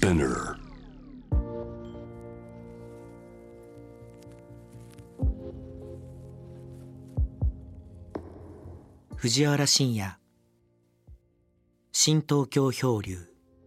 Spinner. 藤原信也、新東京漂流。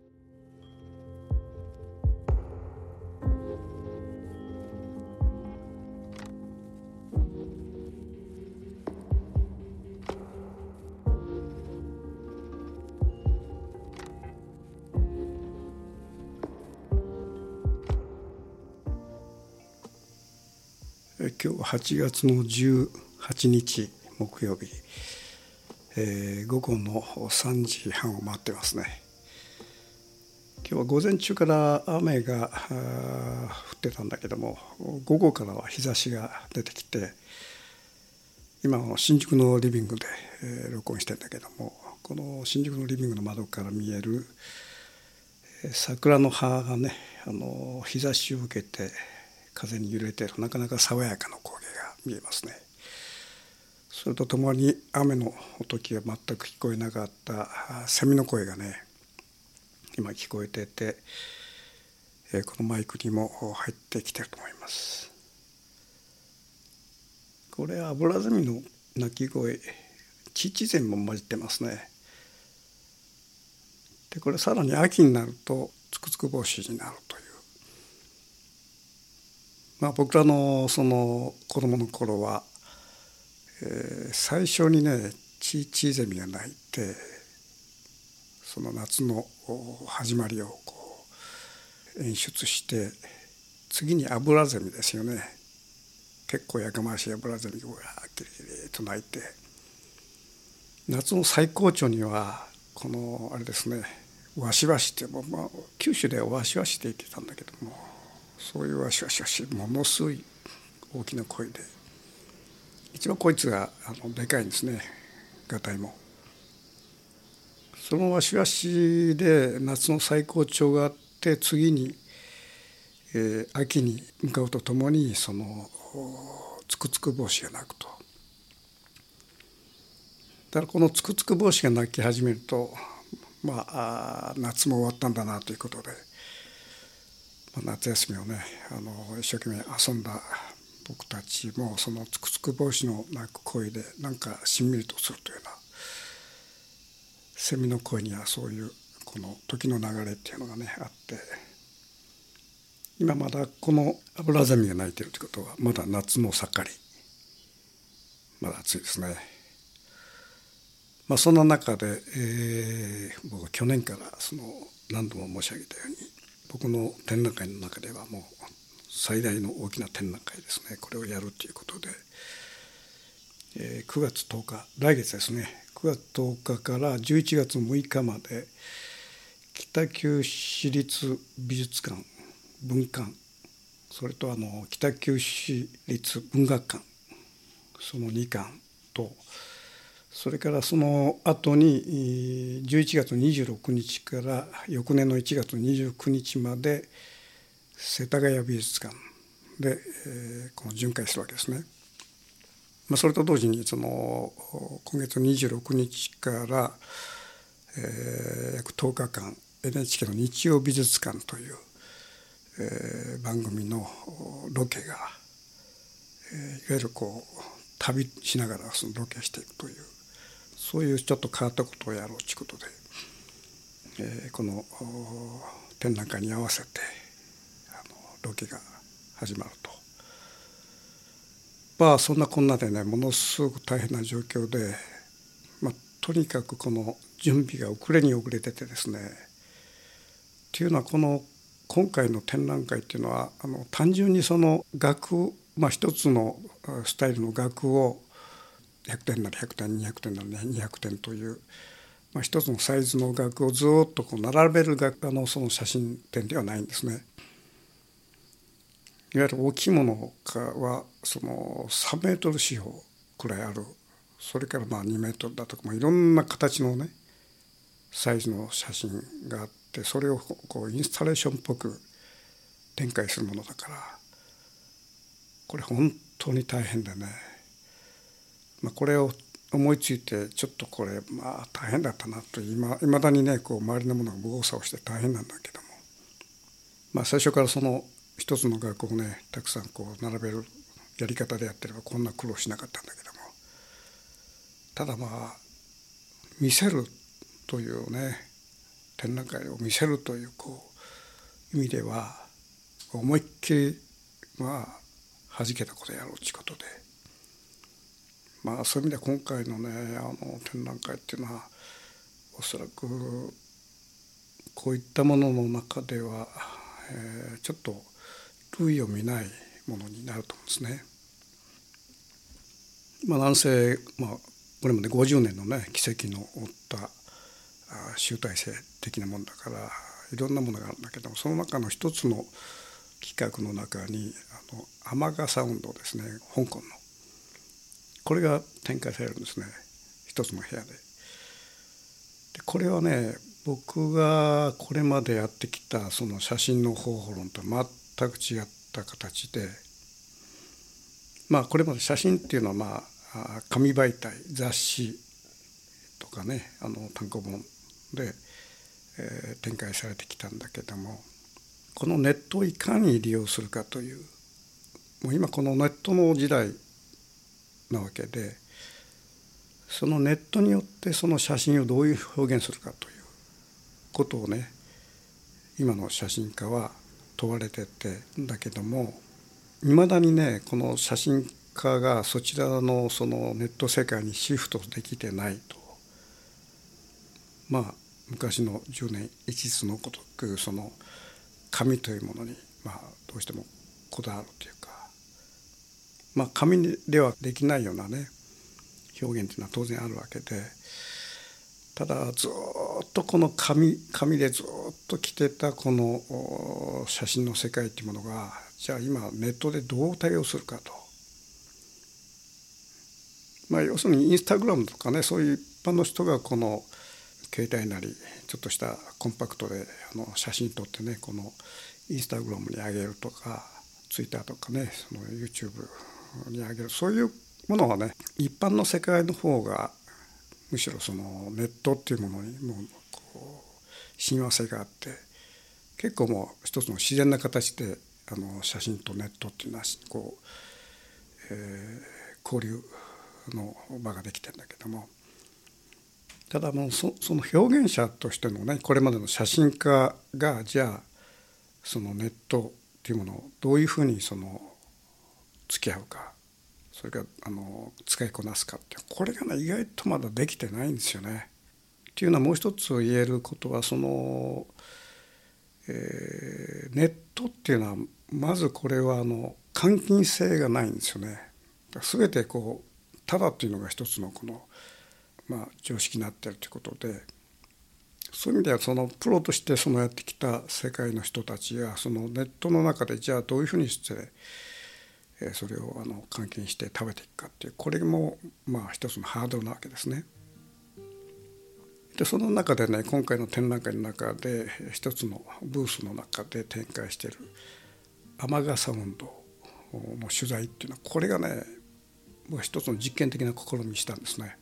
今日は8月の18日木曜日、午後の3時半を回ってますね。今日は午前中から雨が降ってたんだけども、午後からは日差しが出てきて、今新宿のリビングで、録音してるんだけども、この新宿のリビングの窓から見える、桜の葉がね、日差しを受けて風に揺れている、なかなか爽やかな光景が見えますね。それとともに雨の時は全く聞こえなかったセミの声がね、今聞こえていて、このマイクにも入ってきていると思います。これはアブラゼミの鳴き声、チチゼミも混じってますね。でこれさらに秋になるとつくつく帽子になるという。僕らのその子供の頃は、最初にねチチゼミが鳴いて、その夏の始まりをこう演出して、次にアブラゼミですよね。結構やかましいアブラゼミがキリキリと鳴いて、夏の最高潮にはこのあれですね、ワシワシって九州ではワシワシって言ってたんだけども、そういうワシワシワシ、ものすごい大きな声で、一番こいつがでかいんですね、がたいも。そのワシワシで夏の最高潮があって、次に、秋に向かうとともにそのつくつく帽子が鳴くと。だからこのつくつく帽子が鳴き始めると、夏も終わったんだなということで、夏休みをね一生懸命遊んだ僕たちも、そのつくつく帽子の鳴く声でなんかしんみりとするというような、セミの声にはそういうこの時の流れっていうのがねあって、今まだこのアブラゼミが鳴いているということはまだ夏の盛り、まだ暑いですね。そんな中で、僕は去年から何度も申し上げたように、僕の展覧会の中ではもう最大の大きな展覧会ですね、これをやるということで、9月10日、来月ですね、9月10日から11月6日まで、北九市立美術館文館、それと北九市立文学館、その2館と、それからその後に11月26日から翌年の1月29日まで世田谷美術館でこの巡回するわけですね。それと同時に今月26日から約10日間 NHK の日曜美術館という番組のロケが、いわゆる旅しながらそのロケしていくという、そういうちょっと変わったことをやろうということで、この展覧会に合わせてロケが始まると。そんなこんなでね、ものすごく大変な状況で、とにかくこの準備が遅れに遅れててですね。というのは今回の展覧会っていうのは単純にその額、一つのスタイルの額を100点なり100点200点なり200点という、一つのサイズの額をずっと並べるその写真展ではないんですね。いわゆる大きいものは3メートル四方くらいある、それから2メートルだとか、いろんな形のねサイズの写真があって、それをインスタレーションっぽく展開するものだから、これ本当に大変でね、これを思いついてちょっとこれ大変だったなと、いまだにね周りのものが右往左往して大変なんだけども、 最初からその一つの額をねたくさんこう並べるやり方でやってればこんな苦労しなかったんだけども、ただ見せるというね、展覧会を見せるという意味では思いっきり弾けたことやろうということで、そういう意味では今回のね展覧会っていうのはおそらくこういったものの中では、ちょっと類を見ないものになると思うんですね。なんせ、これまで50年のね奇跡の負った集大成的なものだからいろんなものがあるんだけども、その中の一つの企画の中にアマガサウンドですね、香港のこれが展開されるんですね、一つの部屋で。これはね、僕がこれまでやってきたその写真の方法論とは全く違った形で、これまで写真っていうのは紙媒体、雑誌とかね単行本で、展開されてきたんだけども、このネットをいかに利用するかという、もう今このネットの時代なわけで、そのネットによってその写真をどういう表現するかということをね、今の写真家は問われててだけども、いまだにねこの写真家がそちらのそのネット世界にシフトできてないと、昔の10年一日のごとくその紙というものにどうしてもこだわるというか、紙ではできないようなね表現というのは当然あるわけで、ただずっとこの紙でずっと来てたこの写真の世界というものが、じゃあ今ネットでどう対応するかと。要するにインスタグラムとかね、そういう一般の人がこの携帯なりちょっとしたコンパクトで写真撮ってね、このインスタグラムに上げるとかツイッターとかね、その YouTube に上げる、そういうものはね一般の世界の方がむしろそのネットっていうものにもう親和性があって、結構もう一つの自然な形で写真とネットっていうのは交流の場ができてるんだけども、ただその表現者としてのねこれまでの写真家がじゃあそのネットっていうものをどういうふうにその付き合うか、それから使いこなすかって、これがね意外とまだできてないんですよね。っていうのはもう一つ言えることは、その、ネットっていうのはまずこれは換金性がないんですよね。全てただっていうのが一つのこの常識になっているということで、そういう意味ではそのプロとしてそのやってきた世界の人たちがそのネットの中でじゃあどういうふうにしてそれを換金して食べていくかっていう、これも一つのハードルなわけですね。でその中でね、今回の展覧会の中で一つのブースの中で展開しているアマガサウンドの取材っていうのは、これがね僕は一つの実験的な試みしたんですね。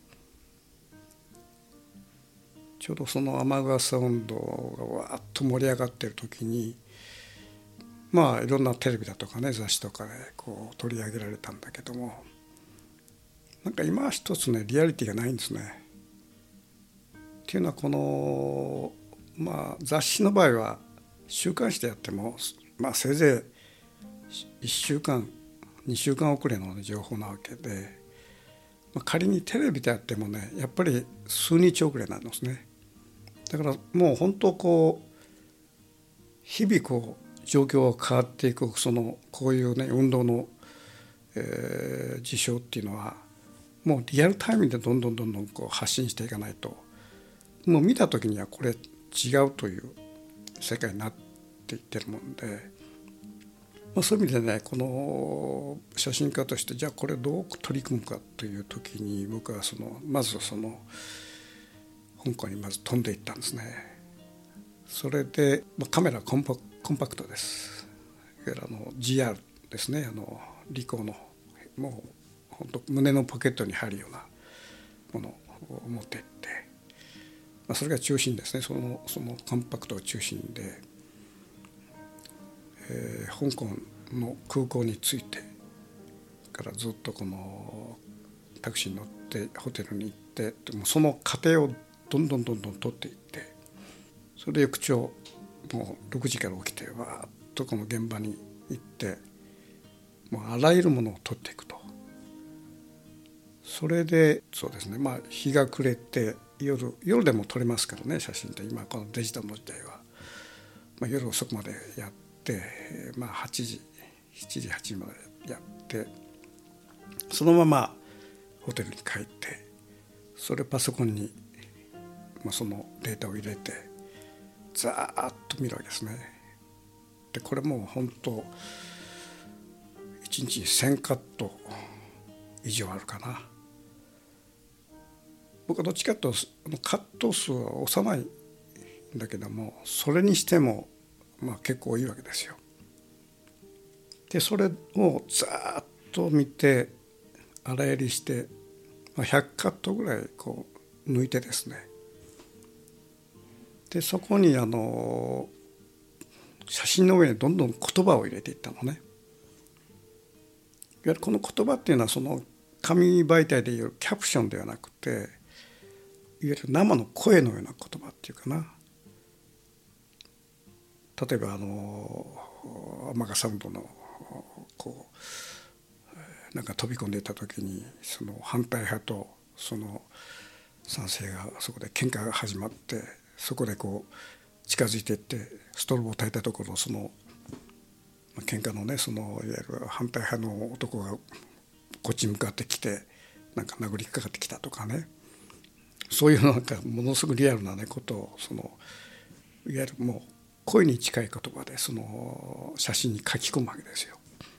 ちょうどそのアマガサウンドがわーっと盛り上がっている時に、いろんなテレビだとかね雑誌とかで取り上げられたんだけども、なんか今一つねリアリティがないんですね。っていうのはこの雑誌の場合は週刊誌でやってもせいぜい1週間2週間遅れの情報なわけで、仮にテレビでやってもねやっぱり数日遅れなんですね。だからもう本当日々状況が変わっていくこういうね運動の、事象っていうのはもうリアルタイムでどんどん発信していかないと、もう見た時にはこれ違うという世界になっていってるもんで、そういう意味でねこの写真家としてじゃあこれどう取り組むかという時に、僕はまず香港にまず飛んでいったんですね。それでカメラコンパクトです。GR ですね、リコーのもう本当胸のポケットに入るようなものを持っていって、それが中心ですね。そのコンパクトが中心で、 香港の空港に着いてからずっとこのタクシーに乗ってホテルに行ってもうその過程をどんどん取っていって、それで翌朝もう6時から起きてわーっとこの現場に行ってもうあらゆるものを取っていくと。それでそうですね、日が暮れて夜でも撮れますからね、写真って今このデジタルの時代は、夜遅くまでやって、8時7時8時までやって、そのままホテルに帰って、それパソコンに、そのデータを入れてザーッと見るわけですね。でこれもう本当1日1000カット以上あるかな。僕はどっちかというとカット数は幼いんだけども、それにしても結構多いわけですよ。でそれをざーっと見て洗いりして100カットぐらいこう抜いてですね、でそこに写真の上にどんどん言葉を入れていったのね。いわゆるこの言葉っていうのはその紙媒体でいうキャプションではなくて、いわゆる生の声のような言葉っていうかな。例えば尼崎サンドのこうなんか飛び込んでいった時にその反対派とその賛成がそこで喧嘩が始まって、そこでこう近づいていってストロボを焚いたところ、その喧嘩のねそのいわゆる反対派の男がこっちに向かってきてなんか殴りかかってきたとかね、そういうなんかものすごくリアルなねことをそのいわゆるもう声に近い言葉でその写真に書き込むわけですよ。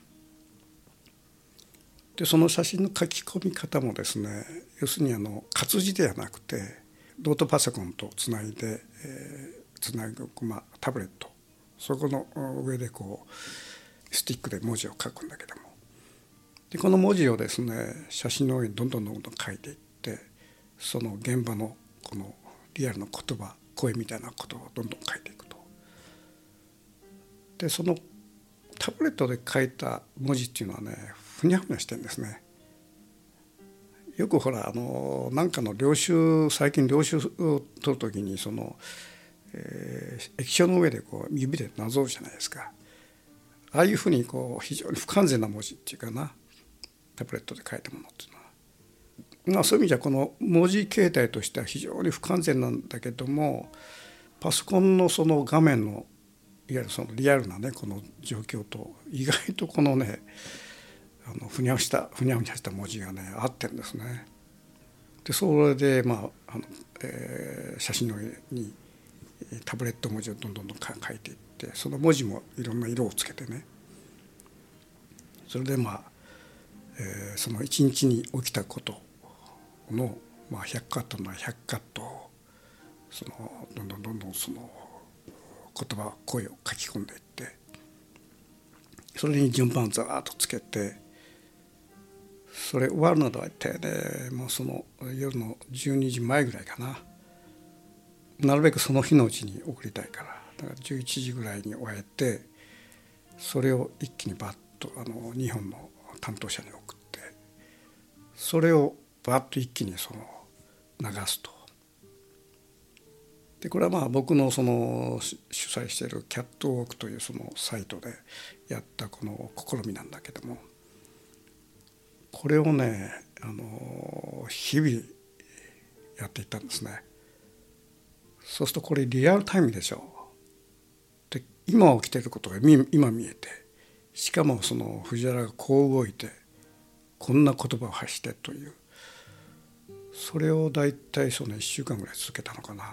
でその写真の書き込み方もですね、要するに活字ではなくてノートパソコンとつないで、つなぐタブレット、そこの上でこうスティックで文字を書くんだけども、でこの文字をですね写真の上にどんどん書いていって、その現場のこのリアルな言葉、声みたいなことをどんどん書いていくと。でそのタブレットで書いた文字っていうのはねふにゃふにゃしてるんですね。よくほらなんかの最近領収を取るときにその、液晶の上でこう指でなぞるじゃないですか。ああいうふうにこう非常に不完全な文字っていうかな、タブレットで書いたものっていうのは、そういう意味じゃこの文字形態としては非常に不完全なんだけども、パソコンのその画面のいわゆるそのリアルなねこの状況と意外とこのねふにゃふにゃした文字がね合ってるんですね。でそれで写真の上にタブレット文字をどんどん書いていって、その文字もいろんな色をつけてね、それでその一日に起きたことの100カットなら100カットをそのどんどんその言葉声を書き込んでいって、それに順番をざーっとつけて、それ終わるのだってねもうその夜の12時前ぐらいかな。なるべくその日のうちに送りたいから、だから11時ぐらいに終えて、それを一気にバッと日本の担当者に送って、それをバッと一気にその流すと。でこれは僕のその主催しているキャットウォークというそのサイトでやったこの試みなんだけども、これをね日々やっていったんですね。そうするとこれリアルタイムでしょ。で今起きていることが今見えて、しかもその藤原がこう動いてこんな言葉を発してという、それをだいたいその1週間ぐらい続けたのかな。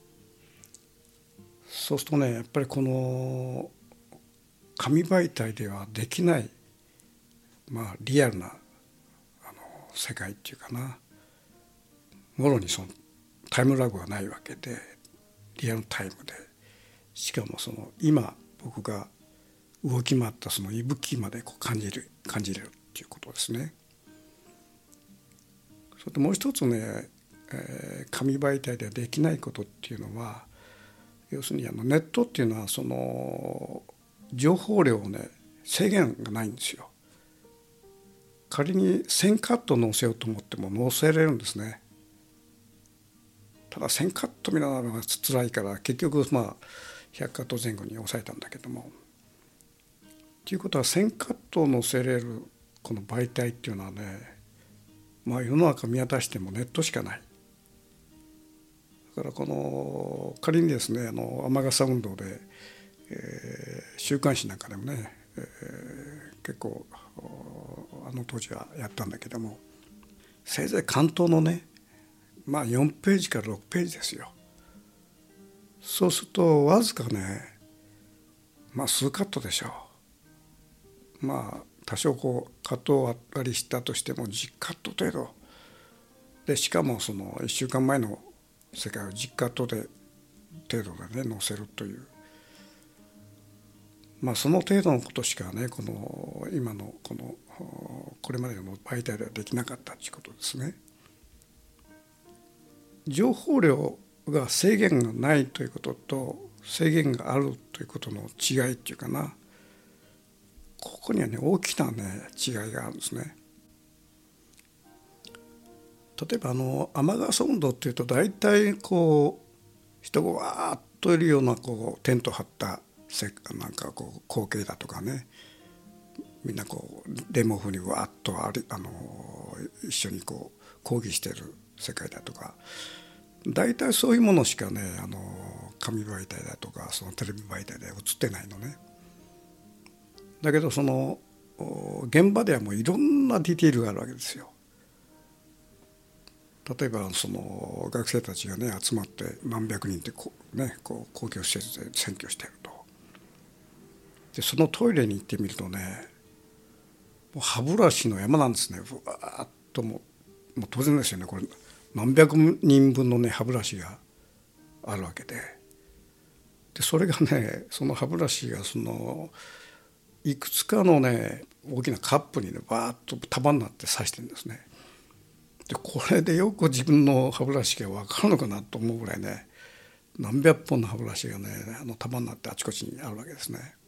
そうするとねやっぱりこの紙媒体ではできないリアルな世界っていうかな、もろにそのタイムラグがないわけで、リアルタイムで、しかもその今僕が動き回ったその息吹までこう感じれるっていうことですね。それともう一つね、紙媒体ではできないことっていうのは、要するにネットっていうのはその情報量をね制限がないんですよ。仮に1000カット載せようと思っても載せれるんですね。ただ1000カット見ながら辛いから結局100カット前後に抑えたんだけども、ということは1000カットを載せれるこの媒体っていうのはね、世の中見渡してもネットしかない。だからこの仮にですね雨傘運動で、週刊誌なんかでもね、結構あの当時はやったんだけども、せいぜい関東のね4ページから6ページですよ。そうするとわずかね数カットでしょう。多少カットを割ったりしたとしても10カット程度で、しかもその1週間前の世界を10カットで程度でね載せるという、その程度のことしかねこの今のこれまでの媒体ではできなかったということですね。情報量が制限がないということと制限があるということの違いっていうかな、ここにはね大きなね違いがあるんですね。例えば雨傘運動っていうと大体人がわーっといるようなテント張ったなんか光景だとかね、みんなデモ風にわーっと一緒に抗議している世界だとか、大体そういうものしかね紙媒体だとかそのテレビ媒体で映ってないのね。だけどその現場ではもういろんなディティールがあるわけですよ。例えばその学生たちがね集まって何百人って公共施設で占拠していると。でそのトイレに行ってみるとね、もう歯ブラシの山なんですね。ふわーっともう当然ですよね、これ何百人分のね歯ブラシがあるわけで、それがねその歯ブラシがいくつかのね大きなカップにねバーッと束になって刺してるんですね。でこれでよく自分の歯ブラシが分かるのかなと思うぐらいね、何百本の歯ブラシがね束になってあちこちにあるわけですね。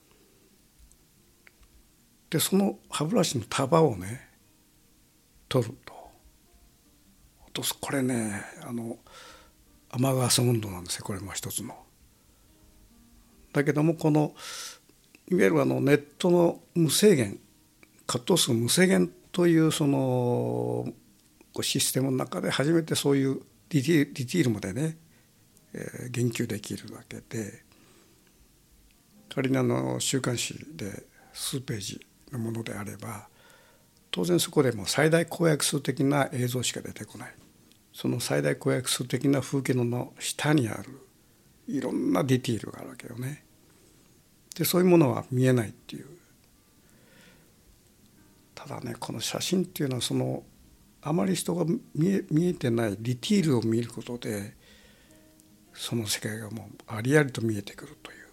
でその歯ブラシの束をね取るとこれね雨傘運動なんですよ。これも一つの。だけどもいわゆるネットの無制限カット数無制限というそのシステムの中で初めてそういうディティールまでね、言及できるわけで、仮に週刊誌で数ページのものであれば当然そこでも最大公約数的な映像しか出てこない。その最大公約数的な風景の下にあるいろんなディティールがあるわけよね。でそういうものは見えないっていう。ただねこの写真っていうのはあまり人が見えてないディティールを見ることでその世界がもうありありと見えてくるという、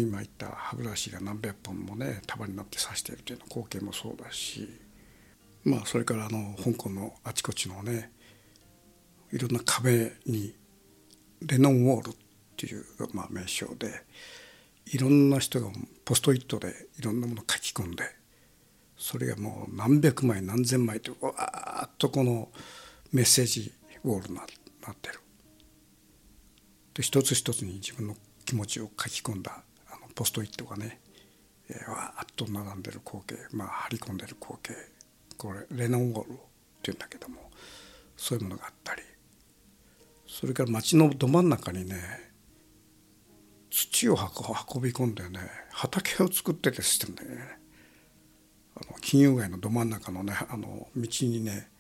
今言った歯ブラシが何百本もね束になって刺しているという光景もそうだし、それから香港のあちこちのねいろんな壁にレノンウォールっていう名称でいろんな人がポストイットでいろんなものを書き込んで、それがもう何百枚何千枚とわーっとこのメッセージウォールになってる。で一つ一つに自分の気持ちを書き込んだポストイットがねわーっと並んでる光景、張り込んでる光景、これレノンウォールっていうんだけども、そういうものがあったり、それから街のど真ん中にね土を運び込んでね畑を作ってるシステムでね、金融街のど真ん中のね道にね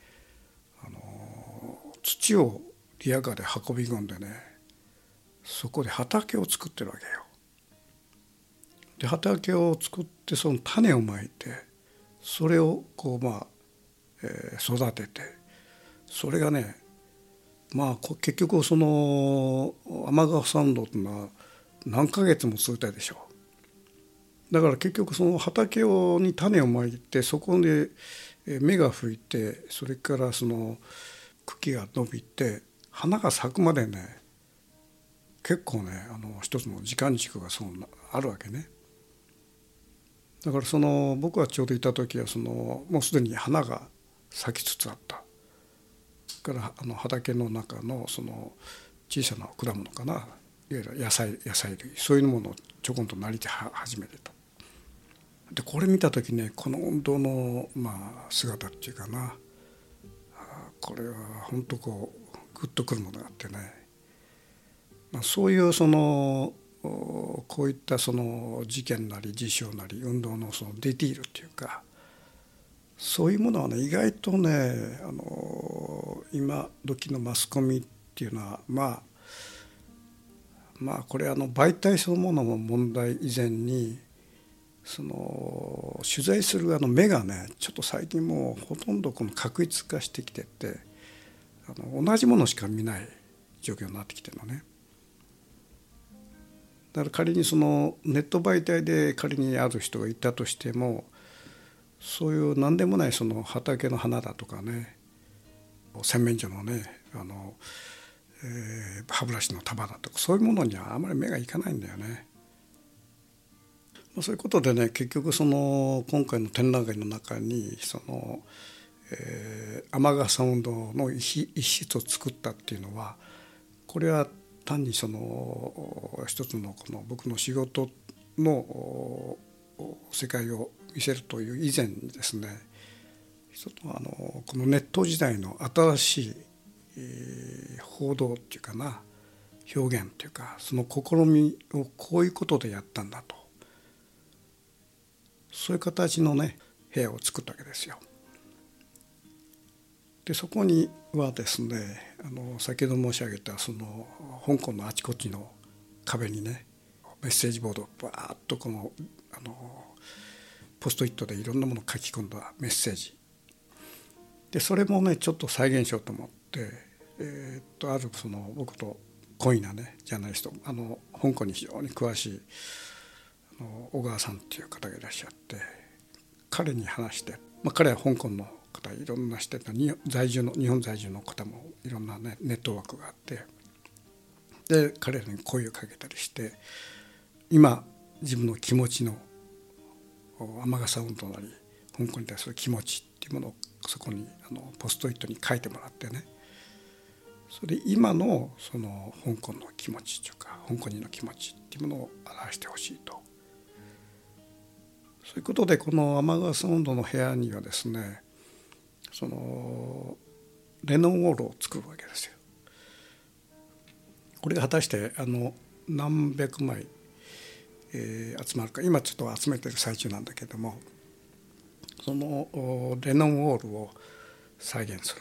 土をリヤカーで運び込んでね、そこで畑を作ってるわけよ。で畑を作ってその種をまいてそれを育てて、それがね結局その雨傘運動っていうのは何ヶ月も続いたでしょう。だから結局その畑に種をまいてそこで芽が吹いて、それからその茎が伸びて花が咲くまでね結構ね一つの時間軸があるわけね。だから僕がちょうどいた時はもうすでに花が咲きつつあった。から畑の中の小さな果物かな、いわゆる野菜類、そういうものをちょこんとなりて始めてた。でこれ見た時ね、この運動の姿っていうかな、これは本当グッとくるものがあってね、そういうこういった事件なり事象なり運動のディティールっていうか、そういうものはね意外とね今時のマスコミっていうのはこれ媒体そのものの問題以前に取材する目がねちょっと最近もうほとんど確一化してきてて、同じものしか見ない状況になってきてるのね。だから仮にネット媒体で仮にある人がいたとしても、そういう何でもない畑の花だとかね、洗面所のね歯ブラシの束だとか、そういうものにはあまり目がいかないんだよね。そういうことでね、結局今回の展覧会の中に雨傘運動の一室を作ったっていうのは、これは単に一つの僕の仕事の世界を見せるという以前にですね、一つこのネット時代の新しい報道っていうかな、表現っていうか、その試みをこういうことでやったんだと、そういう形のね部屋を作ったわけですよ。でそこにはですね、先ほど申し上げた香港のあちこちの壁にねメッセージボードをバーッとポストイットでいろんなものを書き込んだメッセージで、それもねちょっと再現しようと思って、ある僕と懇意なねジャーナリスト、香港に非常に詳しい小川さんっていう方がいらっしゃって、彼に話して、彼は香港の方いろんなしてた日本在住の方もいろんな、ね、ネットワークがあって、で彼らに声をかけたりして、今自分の気持ちの雨傘運動なり香港に対する気持ちっていうものをそこにポストイットに書いてもらってね、それで今の香港の気持ちというか香港人の気持ちっていうものを表してほしいと。そういうことでこの雨傘運動の部屋にはですね、レノンウォールを作るわけですよ。これが果たして何百枚、集まるか、今ちょっと集めてる最中なんだけども、そのレノンウォールを再現する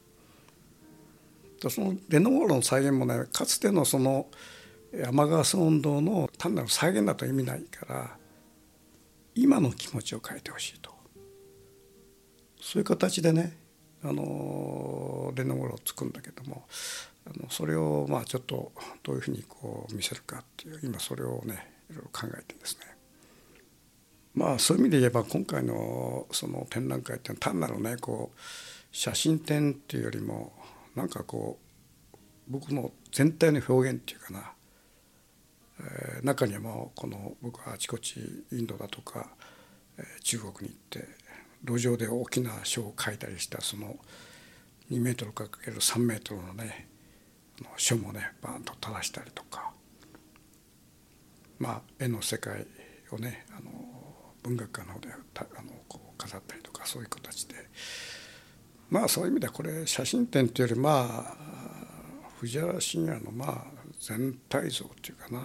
と。そのレノンウォールの再現もね、かつての雨傘運動の単なる再現だと意味ないから、今の気持ちを変えてほしいと、そういう形でねレノンウォールを作るんだけども、それをちょっとどういうふうに見せるかっていう、今それをねいろいろ考えてですね、そういう意味で言えば今回の展覧会って単なるね写真展っていうよりも、なんか僕の全体の表現っていうかな、中にはもう僕はあちこちインドだとか中国に行って路上で大きな書を書いたりした2メートルかける3メートルのね書もねバーンと垂らしたりとか、絵の世界をね文学館の方で飾ったりとか、そういう形でそういう意味ではこれ写真展というより藤原信也の全体像っていうかな、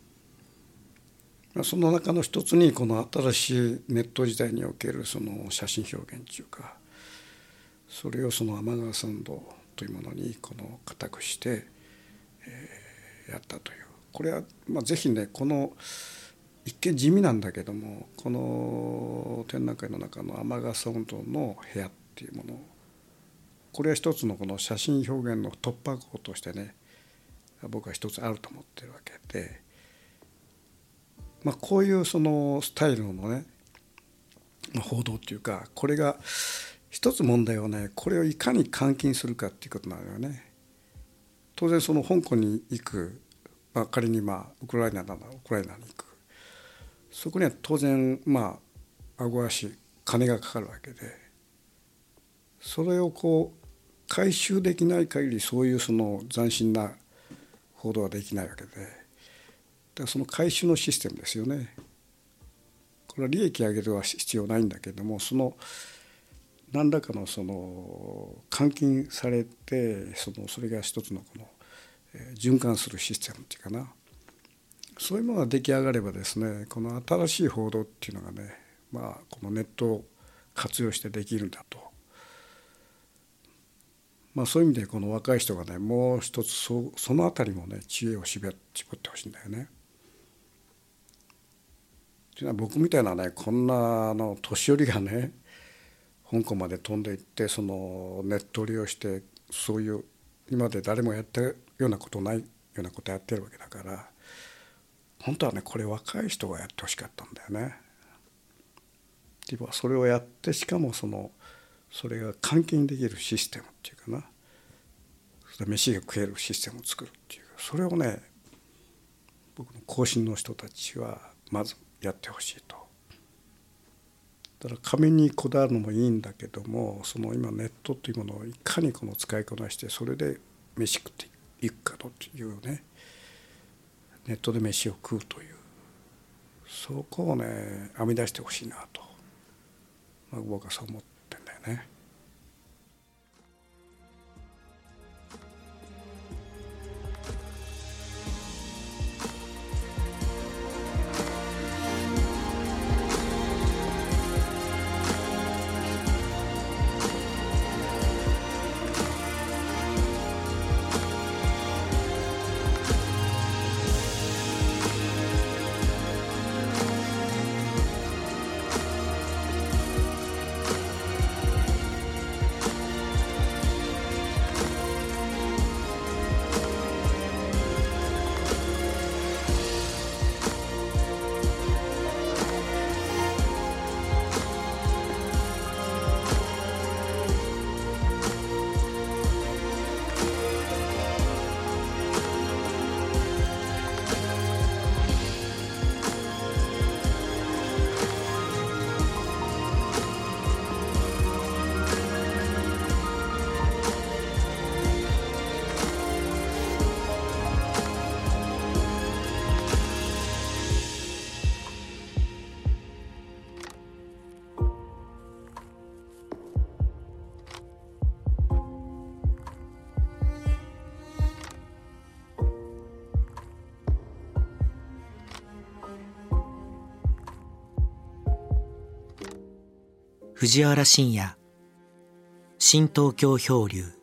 その中の一つにこの新しいネット時代における写真表現というか、それを雨傘運動というものに固くして、やったという、これはぜひねこの一見地味なんだけども、この展覧会の中の雨傘運動の部屋っていうもの、これは一つのこの写真表現の突破口としてね僕は一つあると思ってるわけで、こういうスタイルのね報道っていうか、これが一つ問題はね、これをいかに換金するかっていうことなのよね。当然香港に行く仮にウクライナならウクライナに行く、そこには当然あご足金がかかるわけで、それを回収できない限りそういうその斬新な報道はできないわけで、だからその回収のシステムですよね。これは利益上げるは必要ないんだけれども、その何らかのその換金されてそれが一つの循環するシステムっていうかな、そういうものが出来上がればですね、この新しい報道っていうのがね、このネットを活用してできるんだと、そういう意味でこの若い人がね、もう一つそのあたりもね知恵を絞ってほしいんだよね。というのは僕みたいなね、こんな年寄りがね香港まで飛んでいってそのネットを利用してそういう今まで誰もやったようなことないようなことやってるわけだから、本当はねこれ若い人がやってほしかったんだよね。それをやって、しかもそれが換金できるシステムっていうかな、飯が食えるシステムを作るっていう、それをね僕の後進の人たちはまずやってほしいと。だから紙にこだわるのもいいんだけども、その今ネットというものをいかに使いこなしてそれで飯食っていくかというね、ネットで飯を食うという、そこをね編み出してほしいなと、僕はそう思ってんだよね。 藤原信也、新東京漂流。